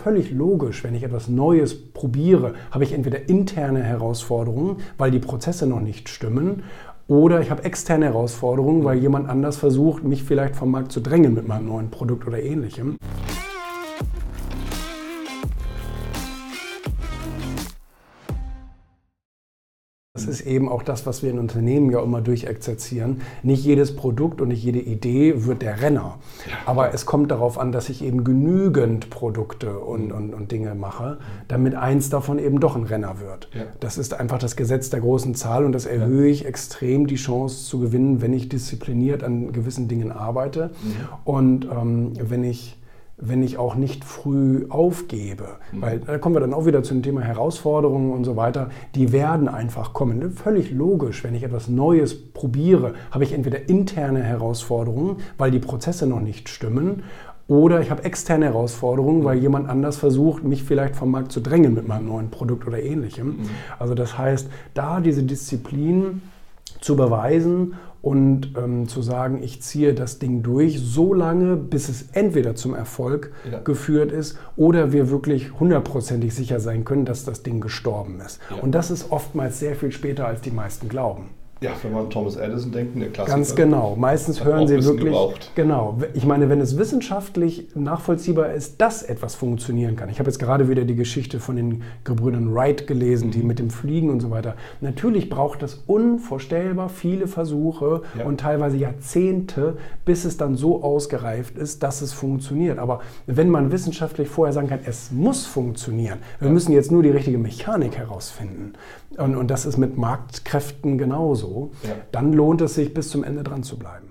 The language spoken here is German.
völlig logisch, wenn ich etwas Neues probiere, habe ich entweder interne Herausforderungen, weil die Prozesse noch nicht stimmen, oder ich habe externe Herausforderungen, weil jemand anders versucht, mich vielleicht vom Markt zu drängen mit meinem neuen Produkt oder Ähnlichem. Das ist eben auch das, was wir in Unternehmen ja immer durchexerzieren. Nicht jedes Produkt und nicht jede Idee wird der Renner. Aber es kommt darauf an, dass ich eben genügend Produkte und Dinge mache, damit eins davon eben doch ein Renner wird. Ja. Das ist einfach das Gesetz der großen Zahl und das erhöhe ich extrem die Chance zu gewinnen, wenn ich diszipliniert an gewissen Dingen arbeite und wenn ich auch nicht früh aufgebe. Weil da kommen wir dann auch wieder zum Thema Herausforderungen und so weiter. Die werden einfach kommen. Völlig logisch, wenn ich etwas Neues probiere, habe ich entweder interne Herausforderungen, weil die Prozesse noch nicht stimmen, oder ich habe externe Herausforderungen, weil jemand anders versucht, mich vielleicht vom Markt zu drängen mit meinem neuen Produkt oder Ähnlichem. Also das heißt, da diese Disziplin zu beweisen und zu sagen, ich ziehe das Ding durch, so lange, bis es entweder zum Erfolg geführt ist oder wir wirklich 100%ig sicher sein können, dass das Ding gestorben ist. Ja. Und das ist oftmals sehr viel später, als die meisten glauben. Ja, wenn wir an Thomas Edison denken, der Klassiker. Ganz genau. Meistens hören sie wirklich. Genau. Ich meine, wenn es wissenschaftlich nachvollziehbar ist, dass etwas funktionieren kann. Ich habe jetzt gerade wieder die Geschichte von den Gebrüdern Wright gelesen, die mit dem Fliegen und so weiter. Natürlich braucht das unvorstellbar viele Versuche und teilweise Jahrzehnte, bis es dann so ausgereift ist, dass es funktioniert. Aber wenn man wissenschaftlich vorher sagen kann, es muss funktionieren, wir müssen jetzt nur die richtige Mechanik herausfinden. Und das ist mit Marktkräften genauso. Dann lohnt es sich, bis zum Ende dran zu bleiben.